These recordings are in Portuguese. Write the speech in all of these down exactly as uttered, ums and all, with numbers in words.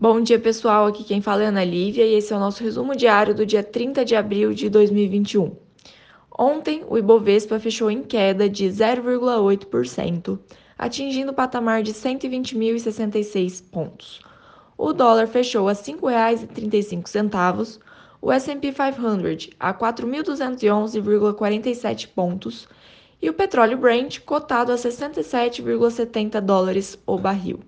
Bom dia, pessoal. Aqui quem fala é a Ana Lívia e esse é o nosso resumo diário do dia trinta de abril de dois mil e vinte e um. Ontem, o Ibovespa fechou em queda de zero vírgula oito por cento, atingindo o patamar de cento e vinte mil e sessenta e seis pontos. O dólar fechou a cinco reais e trinta e cinco centavos, o S and P quinhentos a quatro mil duzentos e onze vírgula quarenta e sete pontos e o petróleo Brent cotado a sessenta e sete vírgula setenta dólares o barril.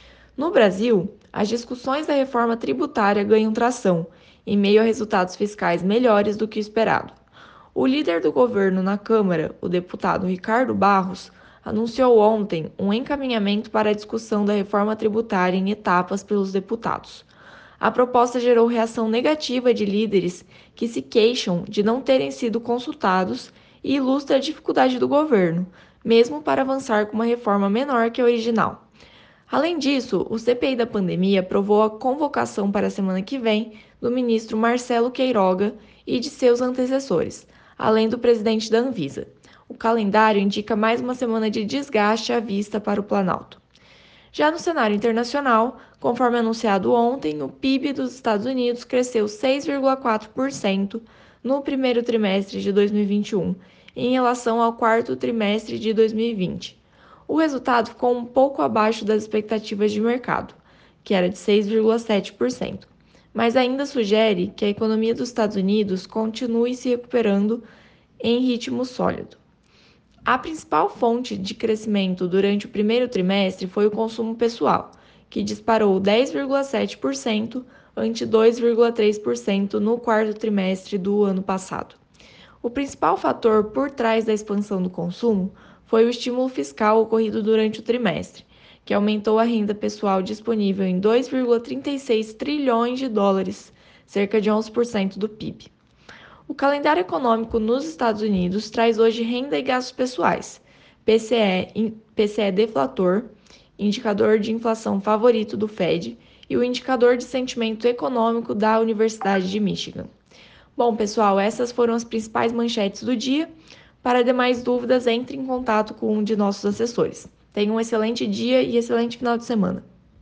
No Brasil, as discussões da reforma tributária ganham tração, em meio a resultados fiscais melhores do que o esperado. O líder do governo na Câmara, o deputado Ricardo Barros, anunciou ontem um encaminhamento para a discussão da reforma tributária em etapas pelos deputados. A proposta gerou reação negativa de líderes que se queixam de não terem sido consultados e ilustra a dificuldade do governo, mesmo para avançar com uma reforma menor que a original. Além disso, o C P I da pandemia aprovou a convocação para a semana que vem do ministro Marcelo Queiroga e de seus antecessores, além do presidente da Anvisa. O calendário indica mais uma semana de desgaste à vista para o Planalto. Já no cenário internacional, conforme anunciado ontem, o P I B dos Estados Unidos cresceu seis vírgula quatro por cento no primeiro trimestre de dois mil e vinte e um, em relação ao quarto trimestre de dois mil e vinte. O resultado ficou um pouco abaixo das expectativas de mercado, que era de seis vírgula sete por cento, mas ainda sugere que a economia dos Estados Unidos continue se recuperando em ritmo sólido. A principal fonte de crescimento durante o primeiro trimestre foi o consumo pessoal, que disparou dez vírgula sete por cento ante dois vírgula três por cento no quarto trimestre do ano passado. O principal fator por trás da expansão do consumo foi o estímulo fiscal ocorrido durante o trimestre, que aumentou a renda pessoal disponível em dois vírgula trinta e seis trilhões de dólares, cerca de onze por cento do P I B. O calendário econômico nos Estados Unidos traz hoje renda e gastos pessoais, P C E, P C E deflator, indicador de inflação favorito do Fed e o indicador de sentimento econômico da Universidade de Michigan. Bom, pessoal, essas foram as principais manchetes do dia. Para demais dúvidas, entre em contato com um de nossos assessores. Tenham um excelente dia e excelente final de semana.